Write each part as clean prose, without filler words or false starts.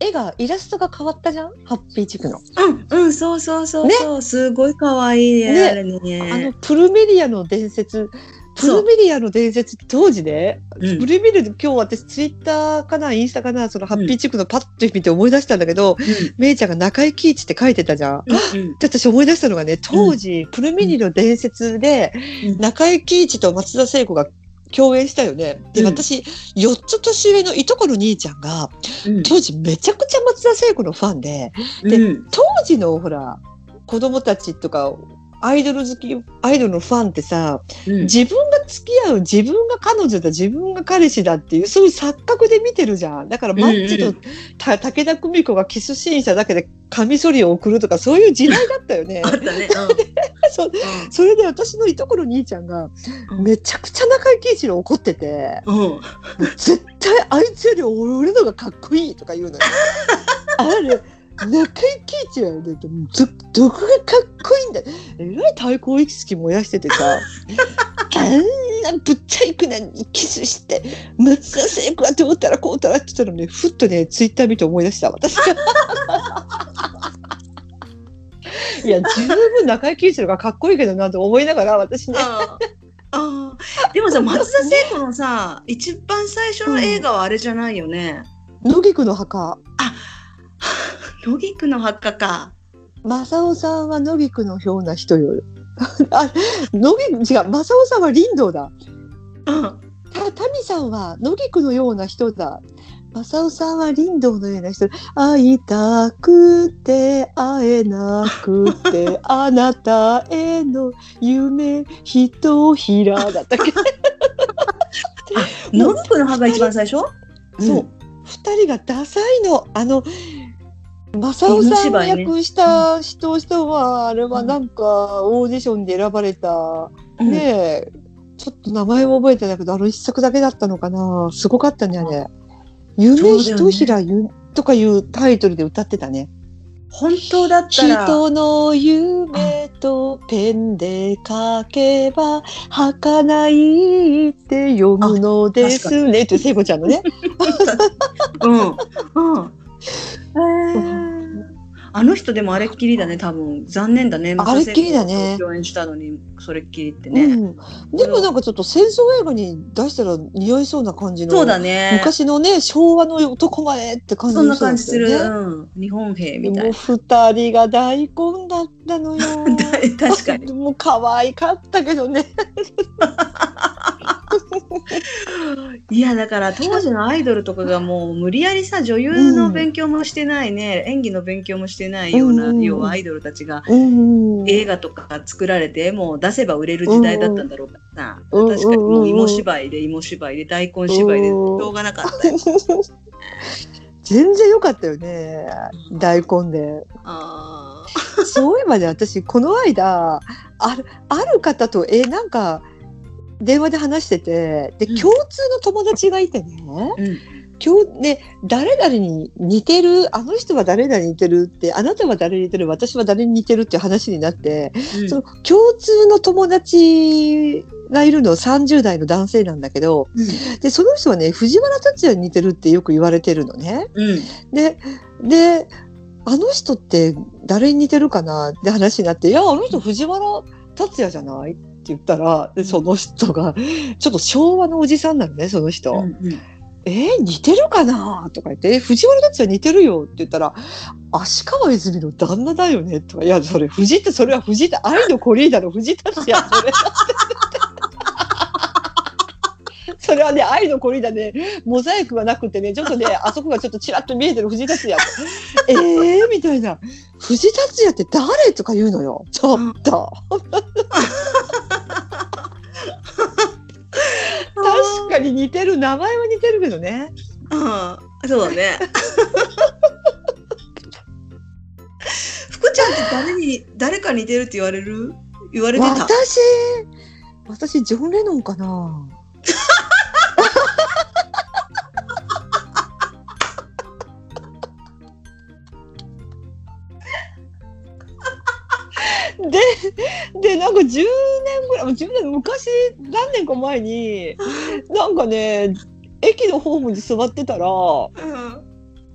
イラストが変わったじゃん、ハッピー地区の。 そうそうそうそう、ね、すごい可愛いね、あれね。 プルメリアの伝説当時ね、プルメリア、今日私ツイッターかなインスタかな、そのハッピー地区のパッと見て思い出したんだけど、めいちゃんが中井貴一って書いてたじゃん。で私思い出したのがね、当時、プルメリアの伝説で、中井貴一と松田聖子が共演したよね。で、私、4つ年上のいとこの兄ちゃんが、当時めちゃくちゃ松田聖子のファンで、当時のほら、子供たちとか、アイドルのファンってさ、自分が付き合う、自分が彼女だ、自分が彼氏だっていう、そういう錯覚で見てるじゃん。だからマッチと武田久美子がキスシーンしただけでカミソリを送るとか、そういう時代だったよね。 あったね。 それで私のいとこの兄ちゃんが、めちゃくちゃ中井貴一に怒ってて、絶対あいつより俺のがかっこいいとか言うのよ。あれ中井貴一はね、どこがかっこいいんだ。えらい対抗意識燃やしててさ、あんなぶっちゃいくなにキスして、松田聖子はどうたらこうたらって言ったらね、ふっとね、ツイッター見て思い出した、私が。いや、十分中井貴一のがかっこいいけどなと思いながら、私ね。 でもさ、松田聖子のさ、一番最初の映画はあれじゃないよね。 野菊の墓。 野菊の墓か。 正雄さんは野菊のような人よ。野菊、違う、正雄さんは林道だ。タミさんは野菊のような人だ。正雄さんは林道のような人。会いたくて会えなくてあなたへの夢ひとひらだったっけ。 野菊の墓が一番最初？ そう。二人がダサいの。正雄さんが役した人は、あれはなんかオーディションで選ばれた、ねえ、ちょっと名前も覚えてないけど、一作だけだったのかな。すごかったね、あれ。夢ひとひらとかいうタイトルで歌ってたね。 本当だったら。 人の夢とペンで書けば、儚いって読むのですね。って聖子ちゃんのね。 あの人でもあれっきりだね、多分。残念だね。 あれっきりだね。 共演したのに、それっきりってね。 でもなんかちょっと戦争映画に出したら似合いそうな感じの。 そうだね。 昔のね、昭和の男前って感じの、 そんな感じする。日本兵みたいな。 もう二人が大根だったのよ。 確かに。 もう可愛かったけどね。 いやだから当時のアイドルとかがもう無理やりさ、女優の勉強もしてないね、演技の勉強もしてないような、要はアイドルたちが映画とか作られてもう出せば売れる時代だったんだろうからさ、確かにもう芋芝居で大根芝居でしょうがなかったよ。 全然良かったよね、大根で。そういえばね、私この間ある方となんか電話で話してて、で、共通の友達がいてね、誰々に似てる、あの人は誰々に似てるって、あなたは誰に似てる、私は誰に似てるっていう話になって、その共通の友達がいるの30代の男性なんだけど、で、その人はね、藤原竜也に似てるってよく言われてるのね。で、あの人って誰に似てるかなって話になって、いや、あの人藤原竜也じゃないって言ったら、その人がちょっと昭和のおじさんなのね、その人。似てるかなとか言って、藤原竜也似てるよって言ったら、芦川泉の旦那だよねとか、いや、それは藤田、愛のコリーダの藤田竜也、それはね、愛のコリーダね、モザイクがなくてね、ちょっとね、あそこがちょっとチラッと見えてる藤田竜也。みたいな。藤田竜也って誰とか言うのよ。ちょっと。確かに似てる、名前は似てるけどね。 そうだね。福ちゃんって誰か似てるって言われてた？ 私ジョン・レノンかな。でなんか10年ぐらい、昔何年か前になんかね、駅のホームに座ってたら、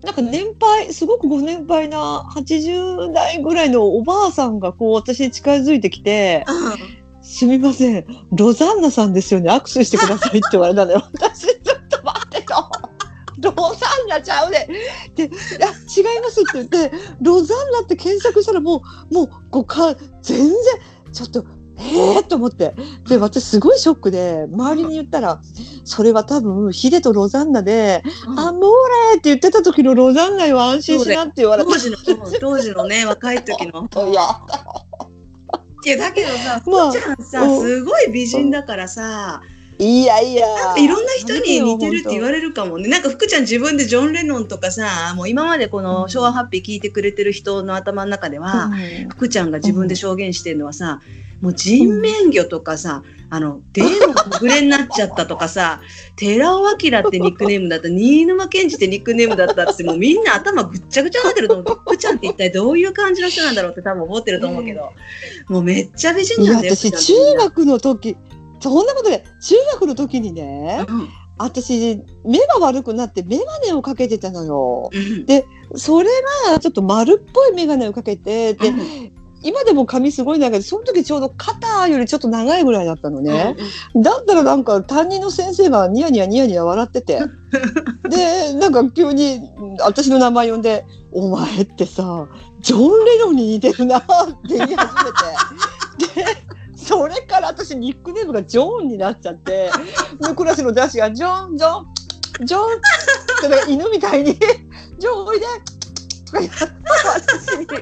なんか年配、すごくご年配な80代ぐらいのおばあさんがこう私に近づいてきて、すみません、ロザンナさんですよね、握手してくださいって言われたのよ。私、ちょっと待ってと。ロザンナちゃうね。で、いや、違いますって言って、ロザンナって検索したらもう、全然、ちょっと、と思って。で、私すごいショックで、周りに言ったら、それは多分、ヒデとロザンナで、アモーレって言ってた時のロザンナよ、安心しなって言われた。 当時のね、若い時の。いや、だけどさ、福ちゃんさ、すごい美人だからさ、 いや、 いろんな人に似てるって言われるかもね。なんか福ちゃん自分でジョン・レノンとかさ、もう今までこの昭和ハッピー聞いてくれてる人の頭の中では、福ちゃんが自分で証言してるのはさ、もう人面魚とかさ、デーモン小暮になっちゃったとかさ、寺尾明ってニックネームだった、新沼謙治ってニックネームだったって、もうみんな頭ぐっちゃぐちゃになってると思う。福ちゃんって一体どういう感じの人なんだろうって多分思ってると思うけど、もうめっちゃ美人なんだよ。 私中学の時、そんなことで、中学の時にね、私、目が悪くなってメガネをかけてたのよ。で、それがちょっと丸っぽいメガネをかけて、で、今でも髪すごい長いけど、その時ちょうど肩よりちょっと長いぐらいだったのね。だったらなんか担任の先生がニヤニヤ笑ってて。で、なんか急に私の名前呼んで、お前ってさ、ジョン・レノンに似てるなって言い始めて。で、それから私ニックネームがジョンになっちゃって、クラスの男子がジョンってなんか犬みたいにジョンおいでとか言って私に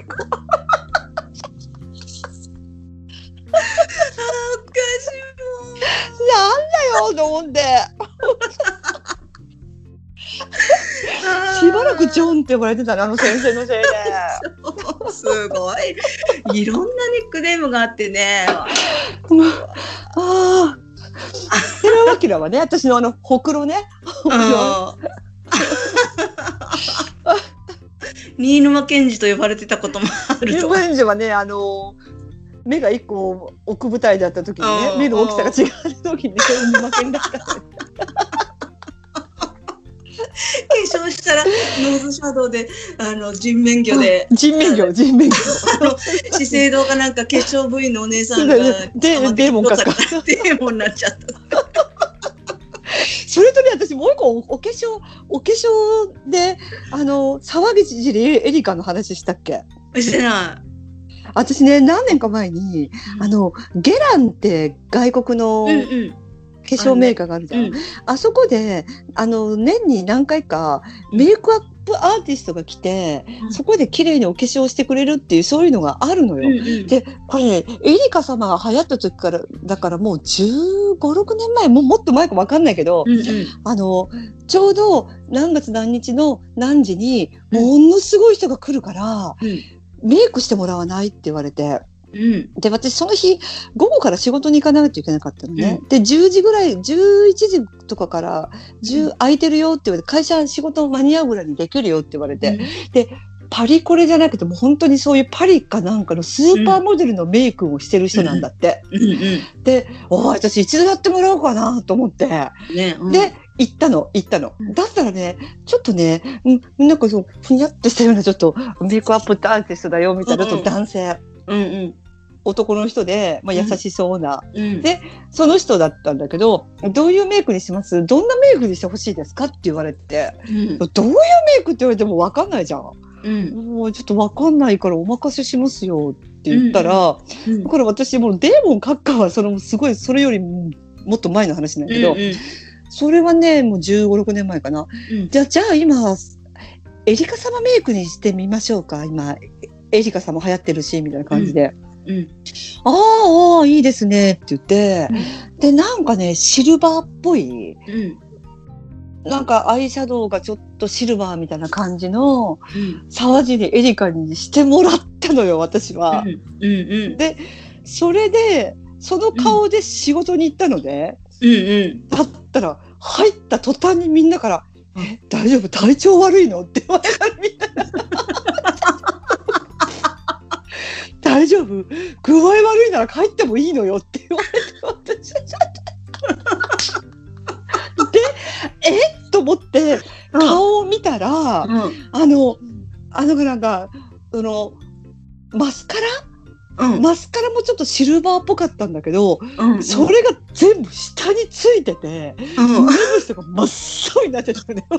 なんだよと思ってしばらくジョンって呼ばれてたね、先生のせいで。 すごいいろんなニックネームがあってね。 寺尾明はね、私のほくろね。 新沼謙治と呼ばれてたこともあると。 新沼謙治はね、目が一個奥舞台だった時にね、目の大きさが違う時にね、新沼謙だった。 化粧したらノーズシャドウで人面魚で人面魚資生堂かなんか化粧部員のお姉さんがデーモンかデーモンになっちゃった。 それとね、私もう一個お化粧で沢口エリカの話したっけ？ してない。 私ね、何年か前にゲランって外国の化粧メーカーがあるじゃん。あそこで年に何回かメイクアップアーティストが来て、そこで綺麗にお化粧してくれるっていう、そういうのがあるのよ。で、これね、エリカ様が流行った時からだからもう15、6年前、もっと前か分かんないけど、ちょうど何月何日の何時にものすごい人が来るから、メイクしてもらわないって言われて。で、私その日午後から仕事に行かないといけなかったのね。で、10時ぐらい、11時とかから空いてるよって言われて、会社仕事間に合うぐらいにできるよって言われて、で、パリコレじゃなくても本当にそういうパリかなんかのスーパーモデルのメイクをしてる人なんだって。で、私一度やってもらおうかなと思って、で行ったの。だったらね、ちょっとね、なんかそうふにゃっとしたようなちょっとメイクアップアーティストだよみたいな、ちょっと男性。男の人で、優しそうな、でその人だったんだけど、どういうメイクにします？どんなメイクにしてほしいですかって言われて、どういうメイクって言われても分かんないじゃん。もうちょっと分かんないからお任せしますよって言ったら、これ私もうデーモン閣下はすごいそれよりもっと前の話なんだけど、それはねもう15、6年前かな。じゃあ今エリカ様メイクにしてみましょうか。今エリカ様流行ってるしみたいな感じで。ああいいですねって言って、でなんかねシルバーっぽい、なんかアイシャドウがちょっとシルバーみたいな感じの沢尻エリカにしてもらったのよ私は。でそれでその顔で仕事に行ったので、だったら入った途端にみんなから「大丈夫？体調悪いの？」って言われたらみんな大丈夫？具合悪いなら帰ってもいいのよって言われて、私で、と思って顔を見見たら、なんか、マスカラもちょっとシルバーっぽかったんだけど、それが全部下についてて、目星とか真っ青になってたね。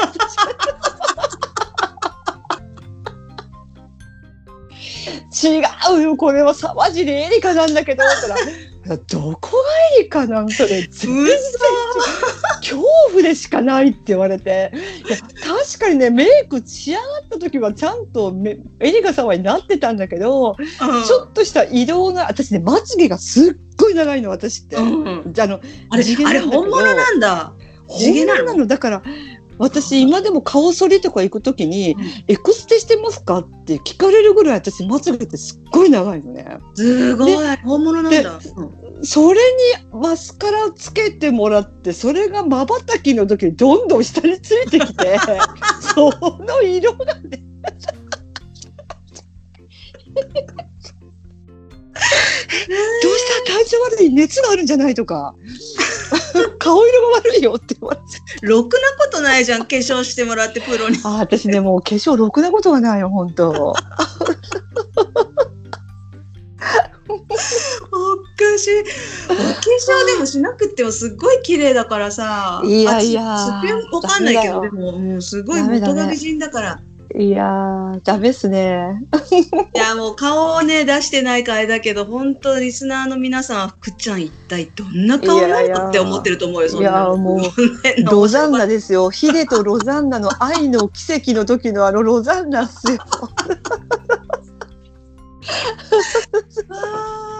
違うよ、これは沢尻エリカなんだけど、って言ったら、どこがエリカなんそれ、全然恐怖でしかないって言われて、いや確かにね、メイク仕上がった時はちゃんとエリカ様になってたんだけど、ちょっとした移動が、私ね、まつげがすっごい長いの、私って。 あれ本物なんだ。 本物なの。だから私今でも顔剃りとか行くときに、エクステしてますかって聞かれるぐらい、私まつげってすっごい長いのね。 すごい、本物なんだ。 それにマスカラをつけてもらって、それがまばたきの時にどんどん下についてきてその色がねどうした体調悪い、熱があるんじゃないとか顔色が悪いよって言われて、 ろくなことないじゃん、化粧してもらってプロに。 私ね、もう化粧ろくなことはないよ、本当。おかしい。お化粧でもしなくてもすっごい綺麗だからさ。 いやいや、 すっぴんわかんないけど、でもすごい元が美人だから。 いやー、ダメっすね。 いや、もう顔をね、出してないからあれだけど、本当リスナーの皆さんは、くっちゃん一体どんな顔なのって思ってると思うよ、そんな。 いや、もう、ロザンナですよ。ヒデとロザンナの愛の奇跡の時のロザンナっすよ。